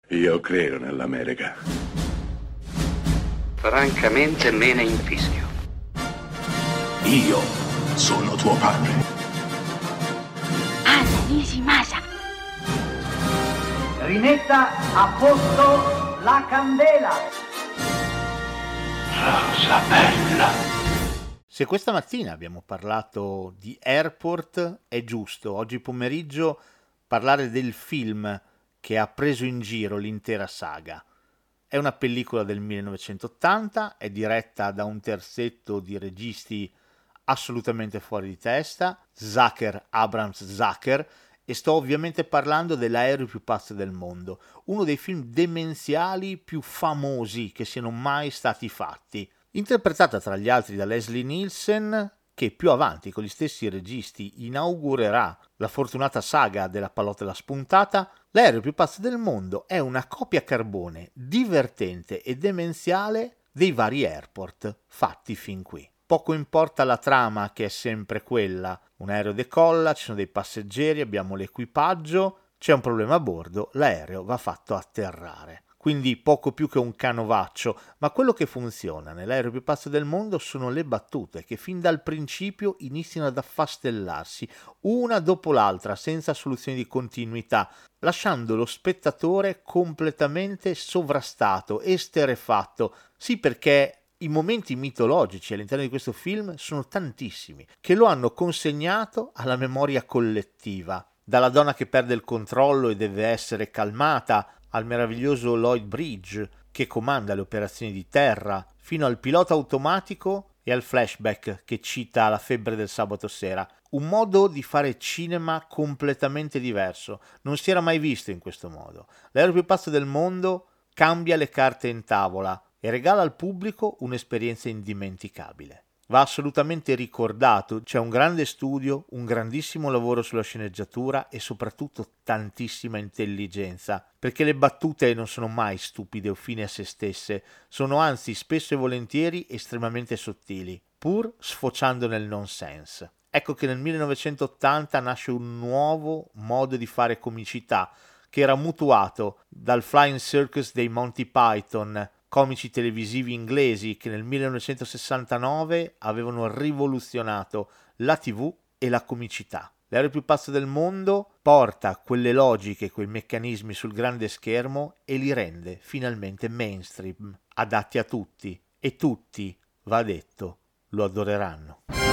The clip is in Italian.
Io credo nell'America. Francamente me ne infischio. Io sono tuo padre. Anna Nishimasa. Rimetta a posto la candela. Rosa bella. Se questa mattina abbiamo parlato di Airport, è giusto oggi pomeriggio parlare del film che ha preso in giro l'intera saga. È una pellicola del 1980, è diretta da un terzetto di registi assolutamente fuori di testa, Zucker, Abrams Zucker, e sto ovviamente parlando dell'aereo più pazzo del mondo, uno dei film demenziali più famosi che siano mai stati fatti. Interpretata tra gli altri da Leslie Nielsen, che più avanti con gli stessi registi inaugurerà la fortunata saga della pallottola spuntata, l'aereo più pazzo del mondo è una copia carbone divertente e demenziale dei vari Airport fatti fin qui. Poco importa la trama, che è sempre quella: un aereo decolla, ci sono dei passeggeri, abbiamo l'equipaggio, c'è un problema a bordo, l'aereo va fatto atterrare. Quindi poco più che un canovaccio, ma quello che funziona nell'aereo più pazzo del mondo sono le battute che fin dal principio iniziano ad affastellarsi, una dopo l'altra, senza soluzioni di continuità, lasciando lo spettatore completamente sovrastato, esterrefatto. Sì, perché i momenti mitologici all'interno di questo film sono tantissimi, che lo hanno consegnato alla memoria collettiva. Dalla donna che perde il controllo e deve essere calmata, al meraviglioso Lloyd Bridge che comanda le operazioni di terra, fino al pilota automatico e al flashback che cita la febbre del sabato sera. Un modo di fare cinema completamente diverso, non si era mai visto in questo modo. L'aereo più pazzo del mondo cambia le carte in tavola e regala al pubblico un'esperienza indimenticabile. Va assolutamente ricordato, c'è un grande studio, un grandissimo lavoro sulla sceneggiatura e soprattutto tantissima intelligenza, perché le battute non sono mai stupide o fini a se stesse, sono anzi spesso e volentieri estremamente sottili, pur sfociando nel nonsense. Ecco che nel 1980 nasce un nuovo modo di fare comicità, che era mutuato dal Flying Circus dei Monty Python, comici televisivi inglesi che nel 1969 avevano rivoluzionato la TV e la comicità. L'aereo più pazzo del mondo porta quelle logiche, quei meccanismi sul grande schermo e li rende finalmente mainstream, adatti a tutti, e tutti, va detto, lo adoreranno.